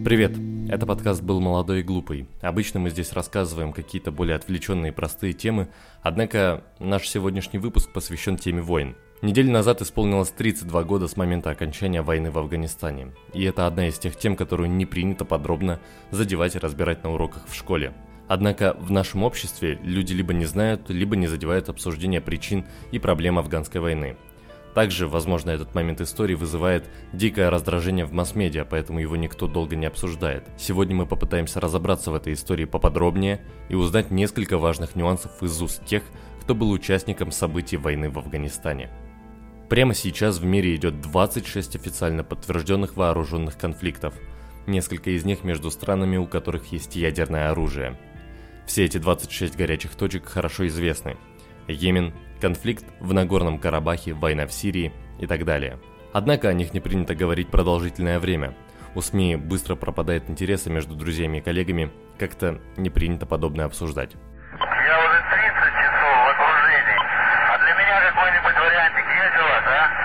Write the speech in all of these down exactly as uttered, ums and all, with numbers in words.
Привет! Это подкаст «Был молодой и глупый». Обычно мы здесь рассказываем какие-то более отвлеченные и простые темы, однако наш сегодняшний выпуск посвящен теме войн. Неделю назад исполнилось тридцать два года с момента окончания войны в Афганистане, и это одна из тех тем, которую не принято подробно задевать и разбирать на уроках в школе. Однако в нашем обществе люди либо не знают, либо не задевают обсуждение причин и проблем афганской войны. Также, возможно, этот момент истории вызывает дикое раздражение в масс-медиа, поэтому его никто долго не обсуждает. Сегодня мы попытаемся разобраться в этой истории поподробнее и узнать несколько важных нюансов из уст тех, кто был участником событий войны в Афганистане. Прямо сейчас в мире идет двадцать шесть официально подтвержденных вооруженных конфликтов, несколько из них между странами, у которых есть ядерное оружие. Все эти двадцать шесть горячих точек хорошо известны. Йемен, конфликт в Нагорном Карабахе, война в Сирии и так далее. Однако о них не принято говорить продолжительное время. У СМИ быстро пропадает интерес, и между друзьями и коллегами как-то не принято подобное обсуждать. Я уже тридцать часов в окружении, а для меня какой-нибудь вариантик есть у вас,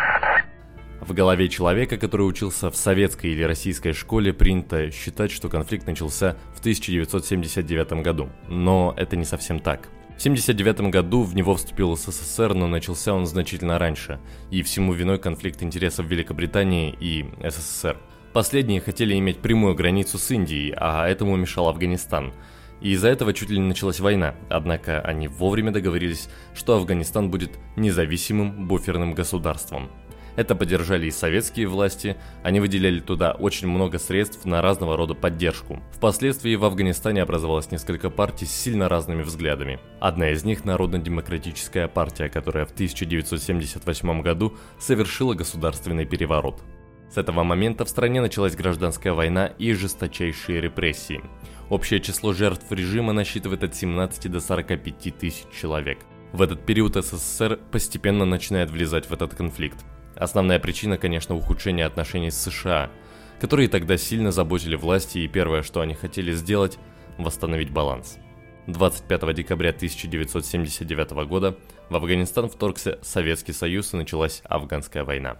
а? В голове человека, который учился в советской или российской школе, принято считать, что конфликт начался в тысяча девятьсот семьдесят девятом году. Но это не совсем так. В тысяча девятьсот семьдесят девятом году в него вступил СССР, но начался он значительно раньше, и всему виной конфликт интересов Великобритании и СССР. Последние хотели иметь прямую границу с Индией, а этому мешал Афганистан. И из-за этого чуть ли не началась война, однако они вовремя договорились, что Афганистан будет независимым буферным государством. Это поддержали и советские власти, они выделяли туда очень много средств на разного рода поддержку. Впоследствии в Афганистане образовалось несколько партий с сильно разными взглядами. Одна из них – Народно-демократическая партия, которая в тысяча девятьсот семьдесят восьмом году совершила государственный переворот. С этого момента в стране началась гражданская война и жесточайшие репрессии. Общее число жертв режима насчитывает от семнадцати до сорока пяти тысяч человек. В этот период СССР постепенно начинает влезать в этот конфликт. Основная причина, конечно, ухудшение отношений с США, которые тогда сильно заботили власти, и первое, что они хотели сделать – восстановить баланс. двадцать пятого декабря тысяча девятьсот семьдесят девятого года в Афганистан вторгся Советский Союз и началась афганская война.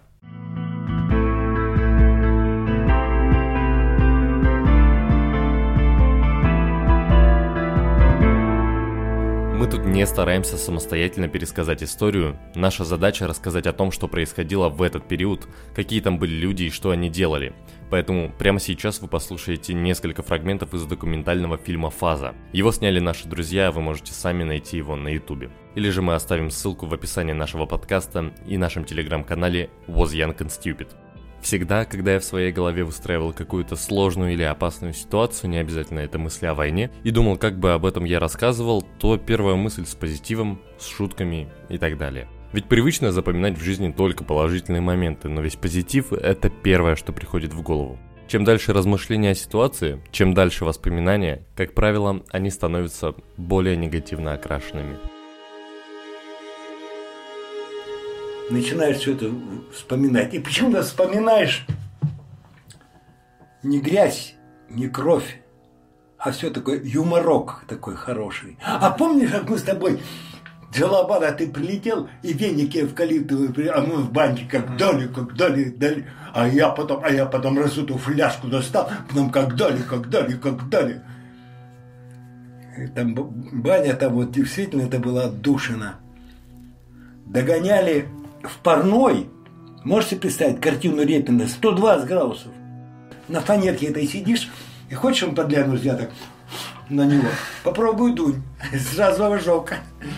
Мы тут не стараемся самостоятельно пересказать историю. Наша задача рассказать о том, что происходило в этот период, какие там были люди и что они делали. Поэтому прямо сейчас вы послушаете несколько фрагментов из документального фильма «Фаза». Его сняли наши друзья, вы можете сами найти его на ютубе. Или же мы оставим ссылку в описании нашего подкаста и нашем телеграм-канале Was Young and Stupid. Всегда, когда я в своей голове выстраивал какую-то сложную или опасную ситуацию, не обязательно это мысли о войне, и думал, как бы об этом я рассказывал, то первая мысль с позитивом, с шутками и так далее. Ведь привычно запоминать в жизни только положительные моменты, но весь позитив – это первое, что приходит в голову. Чем дальше размышления о ситуации, чем дальше воспоминания, как правило, они становятся более негативно окрашенными. Начинаешь все это вспоминать. И почему-то вспоминаешь не грязь, не кровь, а все такой юморок такой хороший. А помнишь, как мы с тобой Джалабада, ты прилетел, и веники эвкалиптовые, а мы в банке как дали, как дали, дали. А я потом, а я потом раз эту фляжку достал, потом как дали, как дали, как дали. И там баня, там вот действительно это была отдушина. Догоняли в парной, можете представить картину Репина, сто двадцать градусов. На фанерке этой сидишь, и хочешь он подглянуть, я так на него. Попробуй дунь, сразу ожог.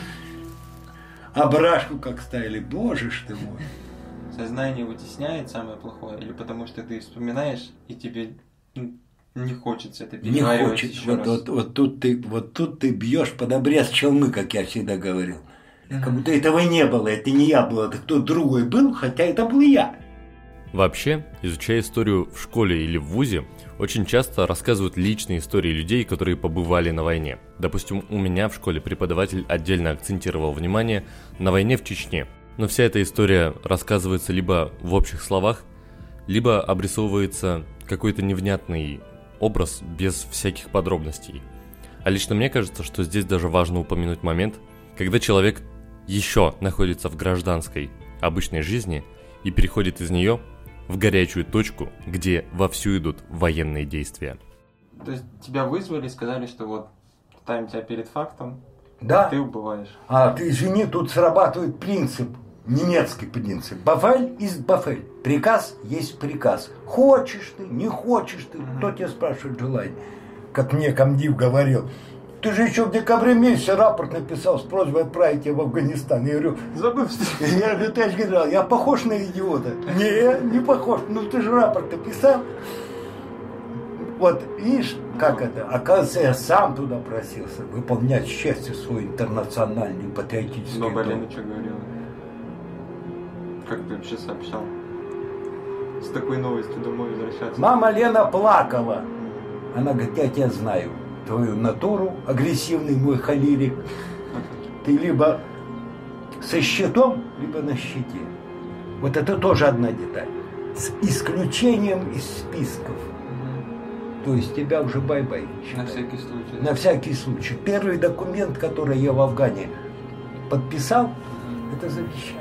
А брашку как ставили, боже ж ты мой. Сознание вытесняет самое плохое, или потому что ты вспоминаешь, и тебе не хочется это переваривать. Не хочется. Еще вот, раз. Вот, вот, тут ты, вот тут ты бьешь под обрез челмы, как я всегда говорил. Как будто этого не было, это не я был, это кто-то другой был, хотя это был я. Вообще, изучая историю в школе или в вузе, очень часто рассказывают личные истории людей, которые побывали на войне. Допустим, у меня в школе преподаватель отдельно акцентировал внимание на войне в Чечне. Но вся эта история рассказывается либо в общих словах, либо обрисовывается какой-то невнятный образ без всяких подробностей. А лично мне кажется, что здесь даже важно упомянуть момент, когда человек еще находится в гражданской, обычной жизни и переходит из нее в горячую точку, где вовсю идут военные действия. То есть тебя вызвали и сказали, что вот ставим тебя перед фактом, Да. ты убываешь. А ты извини, тут срабатывает принцип, немецкий принцип. Бафель ist Бафель. Приказ есть приказ. Хочешь ты, не хочешь ты. Кто тебя спрашивает желание? Как мне комдив говорил, ты же еще в декабре месяце рапорт написал с просьбой отправить тебя в Афганистан. Я говорю, Забыл, что я говорю, товарищ генерал, я похож на идиота? Не, не похож. Ну ты же рапорт написал. Вот, видишь, как это? Оказывается, я сам туда просился выполнять счастье свой интернациональный патриотический Но долг. Лена что говорила? Как ты вообще сообщал? С такой новостью домой возвращаться? Мама Лена плакала. Она говорит, я тебя знаю, твою натуру, агрессивный мой холерик. Ты либо со щитом, либо на щите. Вот это тоже одна деталь. С исключением из списков. То есть тебя уже бай-бай. На всякий случай. На всякий случай. Первый документ, который я в Афгане подписал, это завещание.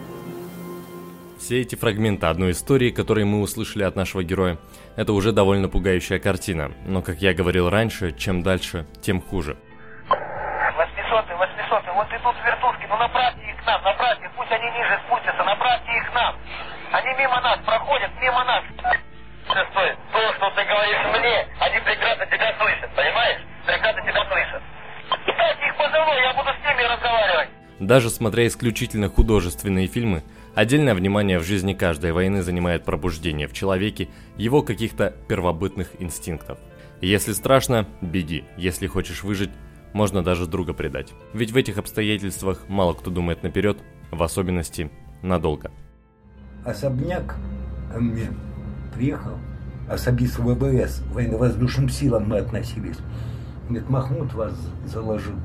Все эти фрагменты одной истории, которые мы услышали от нашего героя, это уже довольно пугающая картина. Но, как я говорил раньше, чем дальше, тем хуже. восьмисотый, восьмисотый, вот идут вертушки, ну направьте их к нам, направьте, пусть они ниже спустятся, направьте их к нам. Они мимо нас проходят, мимо нас. Шестой, то, что ты говоришь мне, они прекрасно тебя слышат, понимаешь? Прекрасно тебя слышат. Дайте их позывной, я буду с ними разговаривать. Даже смотря исключительно художественные фильмы, отдельное внимание в жизни каждой войны занимает пробуждение в человеке его каких-то первобытных инстинктов. Если страшно, беги. Если хочешь выжить, можно даже друга предать. Ведь в этих обстоятельствах мало кто думает наперед, в особенности надолго. Особняк ко мне приехал, особист ВВС, военно-воздушным силам мы относились. Говорит, Махмуд вас заложил.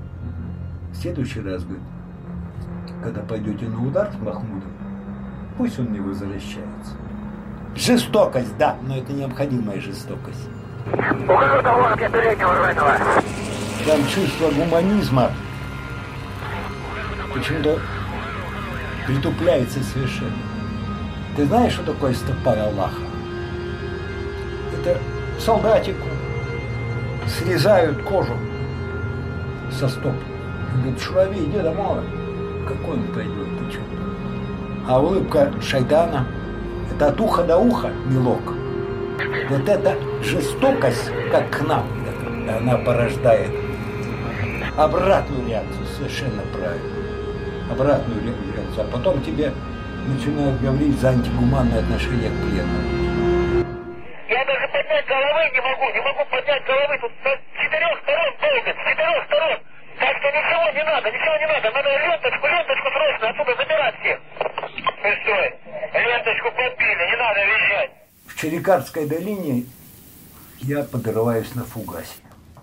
В следующий раз, говорит, когда пойдете на удар с Махмудом, пусть он не возвращается. Жестокость, да, но это необходимая жестокость. Ухожу до лодки переднего этого. Там чувство гуманизма почему-то притупляется совершенно. Ты знаешь, что такое стопа Аллаха? Это солдатику срезают кожу со стоп. Говорит, Шурави, иди домой. Какой он пойдет, почему? А улыбка шайтана – это от уха до уха, милок. Вот эта жестокость, как к нам, она порождает обратную реакцию, совершенно правильно. Обратную реакцию. А потом тебе начинают говорить за антигуманное отношение к пленному. Я даже поднять головы не могу, не могу поднять головы. Тут с четырех сторон долбят, с четырех сторон. Так что ничего не надо, ничего не надо. Надо ленточку, ленточку срочно отсюда забирать всех. Ну что, ленточку подбили, не надо вещать. В Черекарской долине я подрываюсь на фугасе.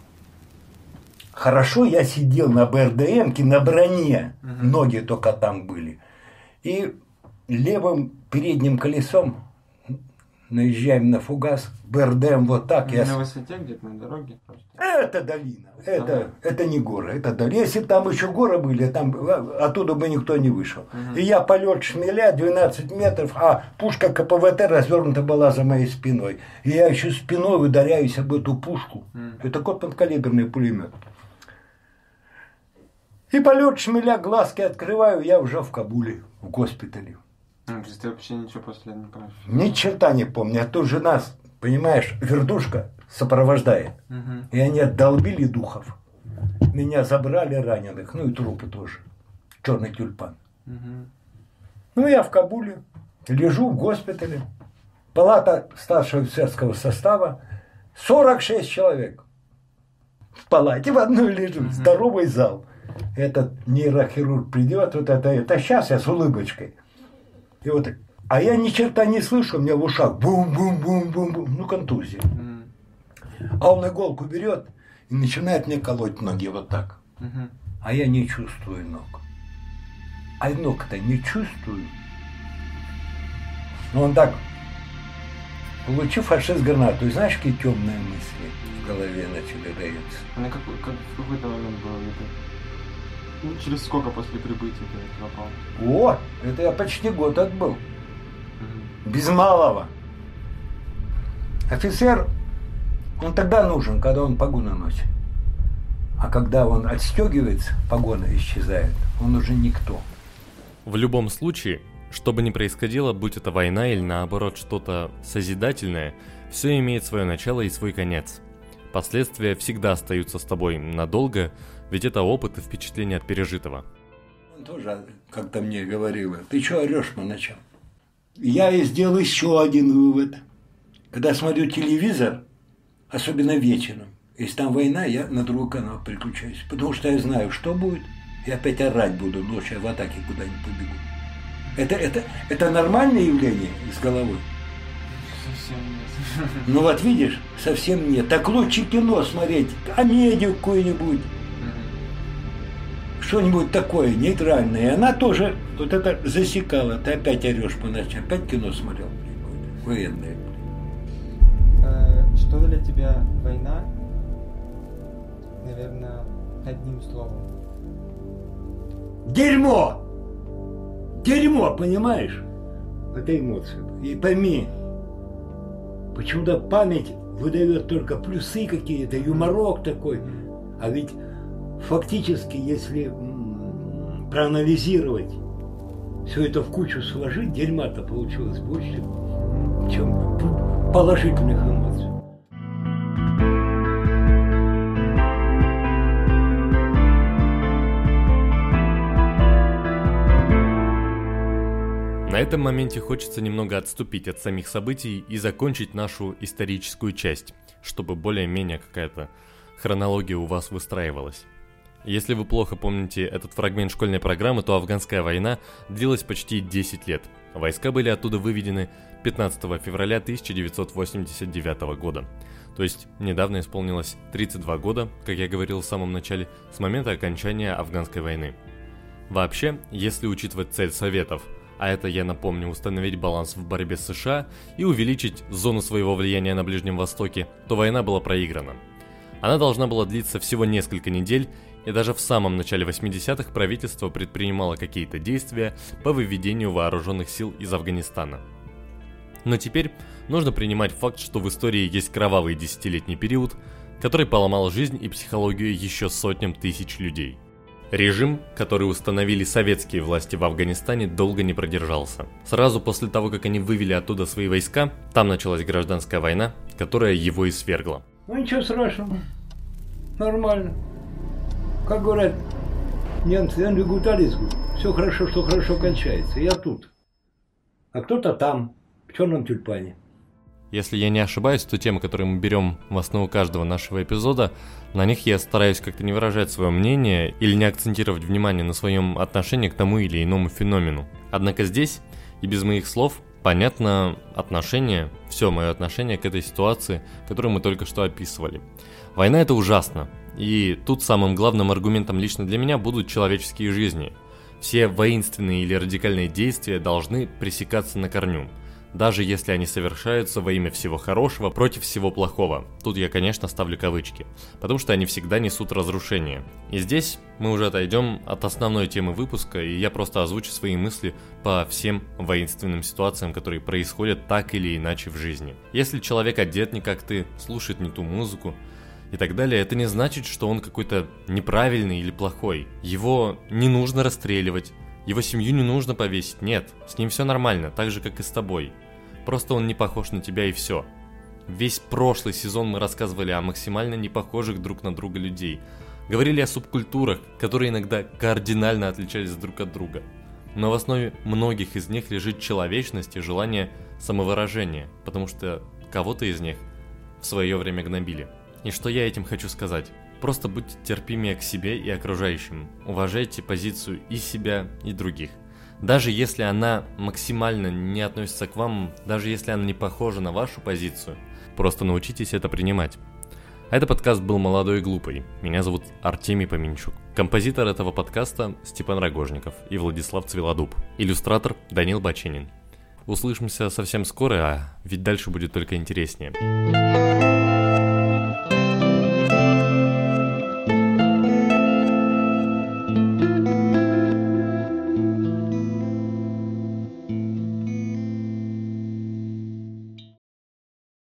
Хорошо я сидел на БРДМке, на броне, угу. Ноги только там были. И левым передним колесом наезжаем на фугас, БРДМ вот так. На я... высоте где-то на дороге просто. Это долина, это, Ага. это не горы, это долина. Если бы там еще горы были, там, оттуда бы никто не вышел. Угу. И я полет шмеля двенадцать метров, а пушка КПВТ развернута была за моей спиной. И я еще спиной ударяюсь об эту пушку. Угу. Это крупнокалиберный пулемет. И полет шмеля, глазки открываю, я уже в Кабуле, в госпитале. Ну, то есть ты вообще ничего после этого не помнишь? Ни черта не помню. А тут же нас, понимаешь, вертушка сопровождает. Угу. И они отдолбили духов. Меня забрали раненых, ну и трупы тоже. Черный тюльпан. Угу. Ну, я в Кабуле, лежу в госпитале. Палата старшего офицерского состава. сорок шесть человек. В палате в одной лежу. Угу. Здоровый зал. Этот нейрохирург придет, вот это, это сейчас я с улыбочкой. И вот, а я ни черта не слышу, у меня в ушах бум-бум-бум-бум-бум, ну контузия. Mm. А он иголку берет и начинает мне колоть ноги вот так. Mm-hmm. А я не чувствую ног. А ног-то не чувствую. Но он так, получив фашист гранату, и знаешь, какие темные мысли в голове начали роиться. А на какой, как, в какой-то момент было это? Ну, через сколько после прибытия ты попал? О, это я почти год отбыл. Угу. без малого. Офицер, он тогда нужен, когда он погоны носит. А когда он отстегивается, погона исчезает, он уже никто. В любом случае, что бы ни происходило, будь это война или наоборот что-то созидательное, все имеет свое начало и свой конец. Последствия всегда остаются с тобой надолго, ведь это опыт и впечатление от пережитого. Он тоже как-то мне говорил: ты что орешь по ночам? Я и сделал еще один вывод. Когда смотрю телевизор, особенно вечером, если там война, я на другой канал переключаюсь, потому что я знаю, что будет, и опять орать буду ночью, в атаке куда-нибудь побегу. Это, это, это нормальное явление с головой? Совсем нет. Ну вот видишь, совсем нет. Так лучше кино смотреть, комедию какую-нибудь, что-нибудь такое нейтральное. И она тоже вот это засекала. Ты опять орешь по ночам, опять кино смотрел, военное. Что для тебя война? Наверное, одним словом. Дерьмо! Дерьмо, понимаешь? Это эмоция. И пойми, почему-то память выдает только плюсы какие-то, юморок такой. А ведь фактически, если м- проанализировать, все это в кучу сложить, дерьма-то получилось больше, чем положительных эмоций. На этом моменте хочется немного отступить от самих событий и закончить нашу историческую часть, чтобы более-менее какая-то хронология у вас выстраивалась. Если вы плохо помните этот фрагмент школьной программы, то афганская война длилась почти десять лет. Войска были оттуда выведены пятнадцатого февраля тысяча девятьсот восемьдесят девятого года. То есть недавно исполнилось тридцать два года, как я говорил в самом начале, с момента окончания афганской войны. Вообще, если учитывать цель Советов, а это, я напомню, установить баланс в борьбе с США и увеличить зону своего влияния на Ближнем Востоке, то война была проиграна. Она должна была длиться всего несколько недель, и даже в самом начале восьмидесятых правительство предпринимало какие-то действия по выведению вооруженных сил из Афганистана. Но теперь нужно принимать факт, что в истории есть кровавый десятилетний период, который поломал жизнь и психологию еще сотням тысяч людей. Режим, который установили советские власти в Афганистане, долго не продержался. Сразу после того, как они вывели оттуда свои войска, там началась гражданская война, которая его и свергла. Ну ничего страшного, нормально. Как говорят немцы, все хорошо, что хорошо кончается. Я тут, а кто-то там, в черном тюльпане. Если я не ошибаюсь, то темы, которые мы берем в основу каждого нашего эпизода, на них я стараюсь как-то не выражать свое мнение или не акцентировать внимание на своем отношении к тому или иному феномену. Однако здесь, и без моих слов, понятно отношение, все мое отношение к этой ситуации, которую мы только что описывали. Война — это ужасно, и тут самым главным аргументом лично для меня будут человеческие жизни. Все воинственные или радикальные действия должны пресекаться на корню, даже если они совершаются во имя всего хорошего против всего плохого. Тут я, конечно, ставлю кавычки, потому что они всегда несут разрушение. И здесь мы уже отойдем от основной темы выпуска, и я просто озвучу свои мысли по всем воинственным ситуациям, которые происходят так или иначе в жизни. Если человек одет не как ты, слушает не ту музыку и так далее, это не значит, что он какой-то неправильный или плохой. Его не нужно расстреливать. Его семью не нужно повесить, нет, с ним все нормально, так же, как и с тобой. Просто он не похож на тебя и все. Весь прошлый сезон мы рассказывали о максимально не похожих друг на друга людей. Говорили о субкультурах, которые иногда кардинально отличались друг от друга. Но в основе многих из них лежит человечность и желание самовыражения, потому что кого-то из них в свое время гнобили. И что я этим хочу сказать? Просто будьте терпимее к себе и окружающим. Уважайте позицию и себя, и других. Даже если она максимально не относится к вам, даже если она не похожа на вашу позицию, просто научитесь это принимать. А этот подкаст был «Молодой и глупый». Меня зовут Артемий Поменчук. Композитор этого подкаста Степан Рогожников и Владислав Цвелодуб. Иллюстратор Данил Баченин. Услышимся совсем скоро, а ведь дальше будет только интереснее.